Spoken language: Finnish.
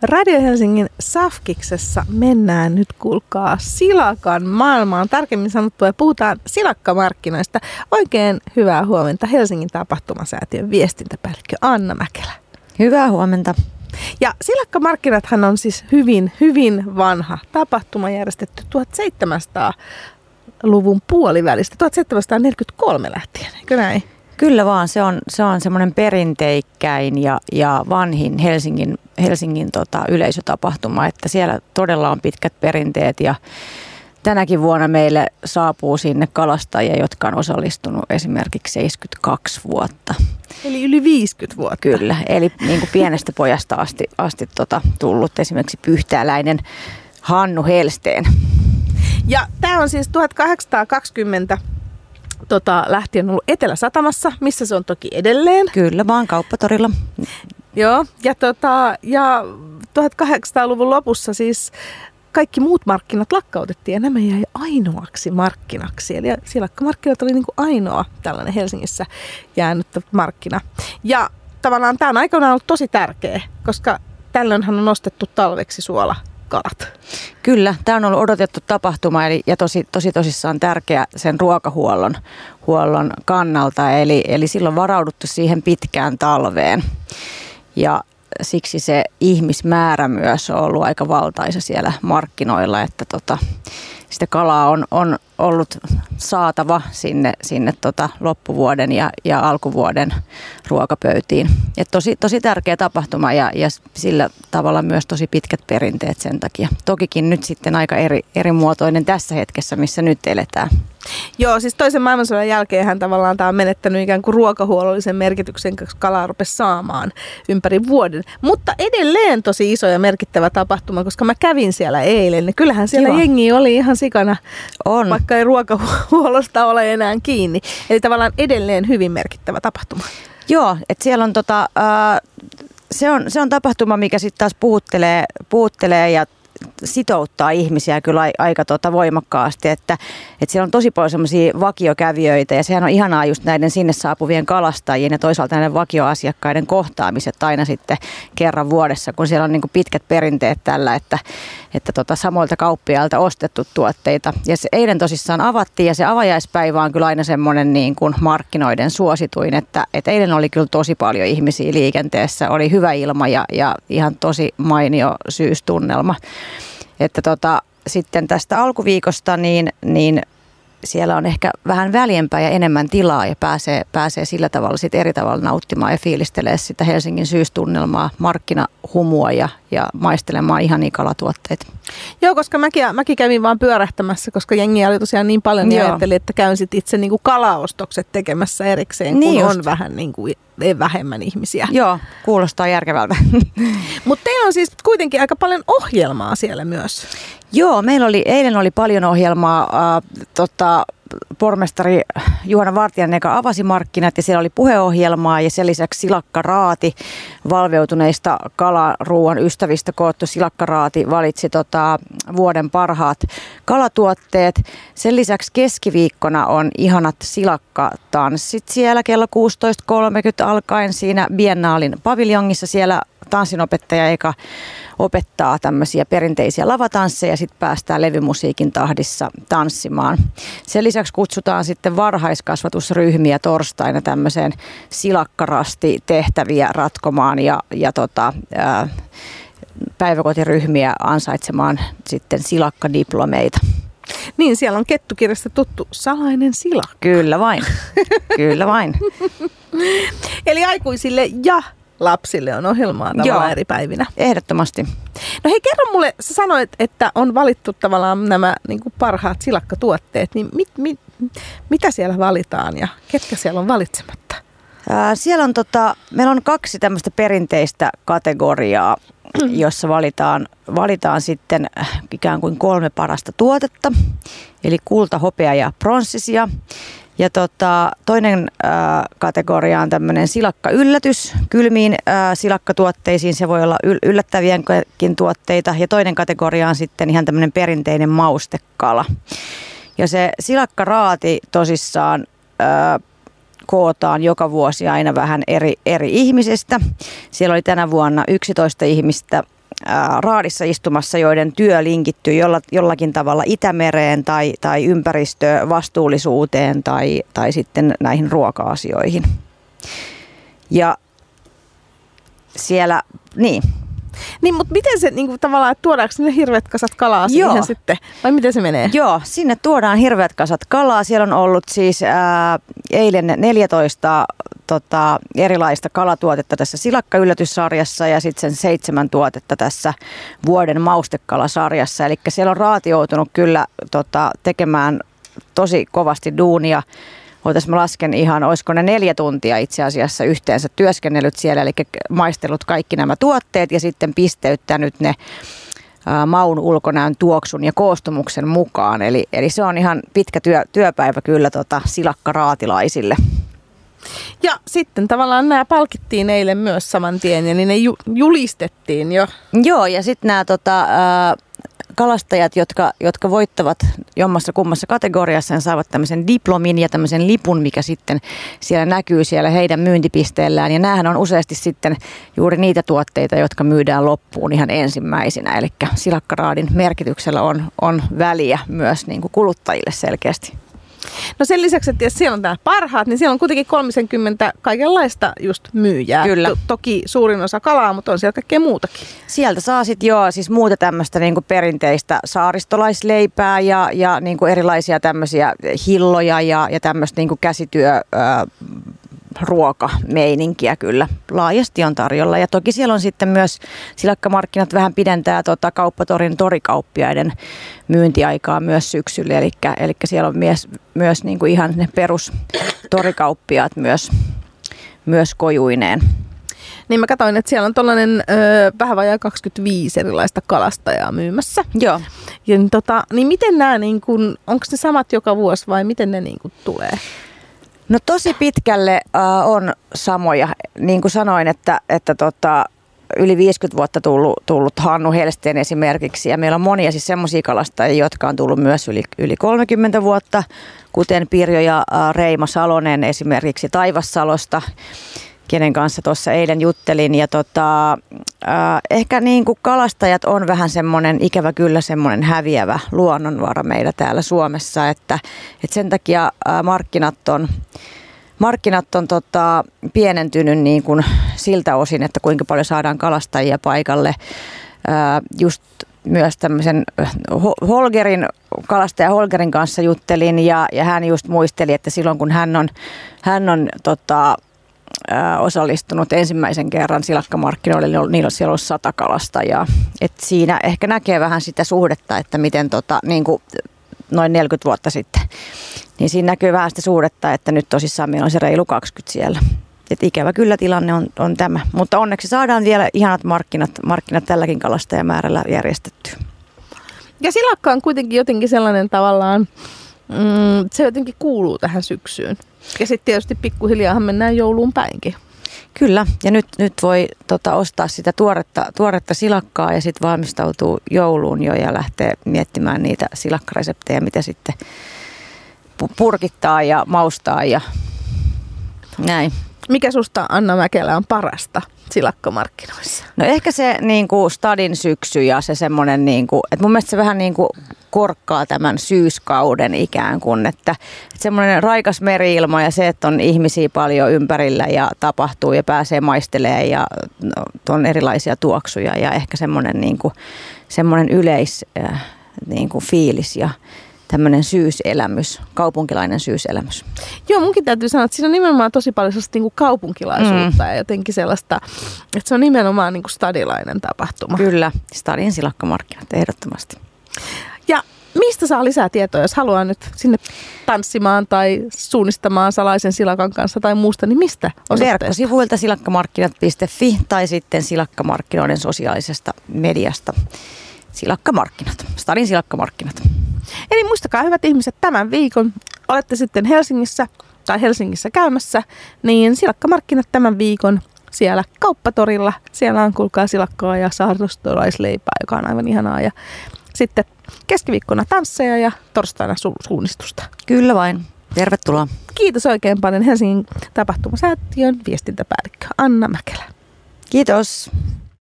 Radio Helsingin Safkiksessa mennään nyt, kuulkaa, silakan maailmaan. Tarkemmin sanottua, puhutaan silakkamarkkinoista. Oikein hyvää huomenta Helsingin tapahtumasäätiön viestintäpäällikkö Anna Mäkelä. Hyvää huomenta. Ja silakkamarkkinathan on siis hyvin vanha tapahtuma, järjestetty 1700-luvun puolivälistä, 1743 lähtien, eikö näin? Kyllä vaan, se on semmoinen perinteikkäin ja vanhin Helsingin yleisötapahtuma, että siellä todella on pitkät perinteet ja tänäkin vuonna meille saapuu sinne kalastajia, jotka on osallistunut esimerkiksi 72 vuotta. Eli yli 50 vuotta. Kyllä, eli niin kuin pienestä pojasta asti tullut esimerkiksi pyhtääläinen Hannu Helsteen. Ja tämä on siis 1820 lähtien ollut Eteläsatamassa, missä se on toki edelleen. Kyllä, vaan Kauppatorilla. Joo, ja 1800-luvun lopussa siis kaikki muut markkinat lakkautettiin ja nämä jäi ainoaksi markkinaksi. Eli silakkamarkkinat oli niin kuin ainoa tällainen Helsingissä jäänyt markkina. Ja tavallaan tämä on aikanaan ollut tosi tärkeä, koska tällöinhän on nostettu talveksi suolakalat. Kyllä, tämä on ollut odotettu tapahtuma ja tosissaan tärkeä sen ruokahuollon kannalta. Eli silloin varauduttu siihen pitkään talveen ja siksi se ihmismäärä myös on ollut aika valtaisa siellä markkinoilla, että sitä kalaa on ollut saatava sinne loppuvuoden ja alkuvuoden ruokapöytiin. Et tosi tärkeä tapahtuma ja sillä tavalla myös tosi pitkät perinteet sen takia. Tokikin nyt sitten aika eri tässä hetkessä, missä nyt eletään. Joo, siis toisen maailmansodan jälkeenhän tavallaan tämä on menettänyt ikään kuin ruokahuollollisen merkityksen, koska kalaa rupesi saamaan ympäri vuoden. Mutta edelleen tosi iso ja merkittävä tapahtuma, koska mä kävin siellä eilen. Kyllähän siellä jengi oli ihan sikana, vaikka ei ruokahuollosta ole enää kiinni. Eli tavallaan edelleen hyvin merkittävä tapahtuma. Joo, että siellä on se on tapahtuma, mikä sitten taas puhuttelee ja sitouttaa ihmisiä kyllä aika voimakkaasti, että siellä on tosi paljon semmoisia vakiokävijöitä ja sehän on ihanaa just näiden sinne saapuvien kalastajien ja toisaalta näiden vakioasiakkaiden kohtaamiset aina sitten kerran vuodessa, kun siellä on niin kuin pitkät perinteet tällä, että samoilta kauppiailta ostettu tuotteita. Ja se eilen tosissaan avattiin ja se avajaispäivä on kyllä aina semmoinen niin kuin markkinoiden suosituin, että eilen oli kyllä tosi paljon ihmisiä liikenteessä, oli hyvä ilma ja ihan tosi mainio syystunnelma. Että sitten tästä alkuviikosta niin siellä on ehkä vähän väljempää ja enemmän tilaa ja pääsee sillä tavalla sit eri tavalla nauttimaan ja fiilistelee sitä Helsingin syystunnelmaa, markkinahumua ja maistelemaan ihania kalatuotteita. Joo, koska mäkin kävin vaan pyörähtämässä, koska jengiä oli tosiaan niin paljon, niin ajattelin, että käyn sit itse niin kuin kalaostokset tekemässä erikseen, kun niin on vähän niin kuin vähemmän ihmisiä. Joo, kuulostaa järkevältä. Mutta teillä on siis kuitenkin aika paljon ohjelmaa siellä myös. Joo, eilen oli paljon ohjelmaa. Pormestari Juhana Vartiainen avasi markkinat ja siellä oli puheohjelmaa ja sen lisäksi silakkaraati, valveutuneista kalaruuan ystävistä koottu silakkaraati valitsi vuoden parhaat kalatuotteet. Sen lisäksi keskiviikkona on ihanat silakkatanssit siellä kello 16.30 alkaen siinä Biennaalin paviljongissa. Siellä tanssinopettaja Eka opettaa tämmöisiä perinteisiä lavatansseja ja sitten päästään levymusiikin tahdissa tanssimaan. Sen lisäksi kutsutaan sitten varhaiskasvatusryhmiä torstaina tämmöiseen silakkarasti tehtäviä ratkomaan ja päiväkotiryhmiä ansaitsemaan sitten silakkadiplomeita. Niin, siellä on Kettukirjasta tuttu salainen silakka. Kyllä vain, kyllä vain. Eli aikuisille ja lapsille on ohjelmaa tavallaan eri päivinä. Ehdottomasti. No hei, kerro mulle, sä sanoit, että on valittu tavallaan nämä niin kuin parhaat silakkatuotteet, niin mitä siellä valitaan ja ketkä siellä on valitsematta? Siellä on meillä on 2 tämmöistä perinteistä kategoriaa, jossa valitaan sitten ikään kuin 3 parasta tuotetta, eli kulta, hopea ja pronssisia. Ja toinen kategoria on tämmöinen silakkayllätys kylmiin silakkatuotteisiin. Se voi olla yllättäviäkin tuotteita. Ja toinen kategoria on sitten ihan tämmöinen perinteinen maustekala. Ja se silakkaraati tosissaan kootaan joka vuosi aina vähän eri ihmisistä. Siellä oli tänä vuonna 11 ihmistä raadissa istumassa, joiden työ linkittyy jollakin tavalla Itämereen tai ympäristövastuullisuuteen tai sitten näihin ruoka-asioihin. Ja siellä, niin. Niin, mutta miten se niin kuin, tavallaan, että tuodaanko sinne hirveät kasat kalaa siihen sitten? Vai miten se menee? Joo, sinne tuodaan hirveät kasat kalaa. Siellä on ollut siis eilen 14 erilaista kalatuotetta tässä silakka-yllätyssarjassa ja sitten sen 7 tuotetta tässä vuoden maustekalasarjassa. Eli siellä on raati joutunut kyllä tekemään tosi kovasti duunia. Mä lasken ihan, olisiko ne 4 tuntia itse asiassa yhteensä työskennellyt siellä, eli maistellut kaikki nämä tuotteet ja sitten pisteyttänyt ne maun, ulkonäön, tuoksun ja koostumuksen mukaan. Eli se on ihan pitkä työpäivä kyllä silakkaraatilaisille. Ja sitten tavallaan nämä palkittiin eilen myös saman tien ja niin ne julistettiin jo. Joo, ja sitten nämä kalastajat, jotka voittavat jommassa kummassa kategoriassa, saavat tämmöisen diplomin ja tämmöisen lipun, mikä sitten siellä näkyy siellä heidän myyntipisteellään. Ja näähän on useasti sitten juuri niitä tuotteita, jotka myydään loppuun ihan ensimmäisenä. Eli silakkaraadin merkityksellä on väliä myös niin kuin kuluttajille selkeästi. No sen lisäksi, että jos siellä on nämä parhaat, niin siellä on kuitenkin 30 kaikenlaista just myyjää. Kyllä. Toki suurin osa kalaa, mutta on siellä kaikkea muutakin. Sieltä saa sitten siis muuta tämmöistä niinku perinteistä saaristolaisleipää ja niinku erilaisia tämmöisiä hilloja ja tämmöistä niinku ruokameininkiä kyllä laajasti on tarjolla. Ja toki siellä on sitten myös silakkamarkkinat vähän pidentää kauppatorin torikauppiaiden myyntiaikaa myös syksyllä. Eli siellä on myös niin kuin ihan ne perustorikauppiaat myös kojuineen. Niin mä katsoin, että siellä on tollainen vähän vajaa 25 erilaista kalastajaa myymässä. Joo. Ja, niin miten nämä, niin kun, onko ne samat joka vuosi vai miten ne niin kun tulee? No tosi pitkälle on samoja. Niin kuin sanoin, että yli 50 vuotta tullut Hannu Helsteen esimerkiksi. Ja meillä on monia siis semmoisia kalastajia, jotka on tullut myös yli 30 vuotta, kuten Pirjo ja Reima Salonen esimerkiksi Taivassalosta, kenen kanssa tuossa eilen juttelin. Ja ehkä niin kuin kalastajat on vähän semmoinen, ikävä kyllä semmoinen häviävä luonnonvara meillä täällä Suomessa, että sen takia markkinat on pienentynyt niin kuin siltä osin, että kuinka paljon saadaan kalastajia paikalle. Just myös tämmöisen kalastaja Holgerin kanssa juttelin ja hän just muisteli, että silloin kun hän on osallistunut ensimmäisen kerran silakkamarkkinoille, niillä on siellä ollut 100 kalastajaa. Et siinä ehkä näkee vähän sitä suhdetta, että miten niin kuin noin 40 vuotta sitten, niin siinä näkyy vähän sitä suhdetta, että nyt tosissaan meillä on se reilu 20 siellä. Et ikävä kyllä tilanne on tämä, mutta onneksi saadaan vielä ihanat markkinat tälläkin kalastajamäärällä järjestettyä. Ja silakka on kuitenkin jotenkin sellainen tavallaan, se jotenkin kuuluu tähän syksyyn. Ja sitten tietysti pikkuhiljaahan mennään jouluun päinkin. Kyllä, ja nyt voi ostaa sitä tuoretta silakkaa ja sitten valmistautuu jouluun jo ja lähtee miettimään niitä silakkareseptejä, mitä sitten purkittaa ja maustaa ja näin. Mikä susta, Anna Mäkelä, on parasta silakkamarkkinoissa? No ehkä se niinku stadin syksy ja se semmoinen, niinku, että mun mielestä se vähän niinku korkkaa tämän syyskauden ikään kuin, että semmoinen raikas meri-ilma ja se, että on ihmisiä paljon ympärillä ja tapahtuu ja pääsee maistelemaan ja on erilaisia tuoksuja ja ehkä semmoinen niinku, niinku fiilis ja tämmöinen syyselämys, kaupunkilainen syyselämys. Joo, munkin täytyy sanoa, että siinä on nimenomaan tosi paljon sellaista niin kuin kaupunkilaisuutta ja jotenkin sellaista, että se on nimenomaan niin kuin stadilainen tapahtuma. Kyllä, stadin silakkamarkkinat ehdottomasti. Ja mistä saa lisää tietoa, jos haluaa nyt sinne tanssimaan tai suunnistamaan salaisen silakan kanssa tai muusta, niin mistä osoitteesta? Verkkosivuilta silakkamarkkinat.fi tai sitten silakkamarkkinoiden sosiaalisesta mediasta. Silakkamarkkinat, stadin silakkamarkkinat. Eli muistakaa, hyvät ihmiset, tämän viikon olette sitten Helsingissä käymässä, niin silakkamarkkinat tämän viikon siellä kauppatorilla. Siellä on, kuulkaa, silakkaa ja saaristolaisleipää, joka on aivan ihanaa. Ja sitten keskiviikkona tansseja ja torstaina suunnistusta. Kyllä vain. Tervetuloa. Kiitos oikein paljon Helsingin tapahtumasäätiön viestintäpäällikkö Anna Mäkelä. Kiitos.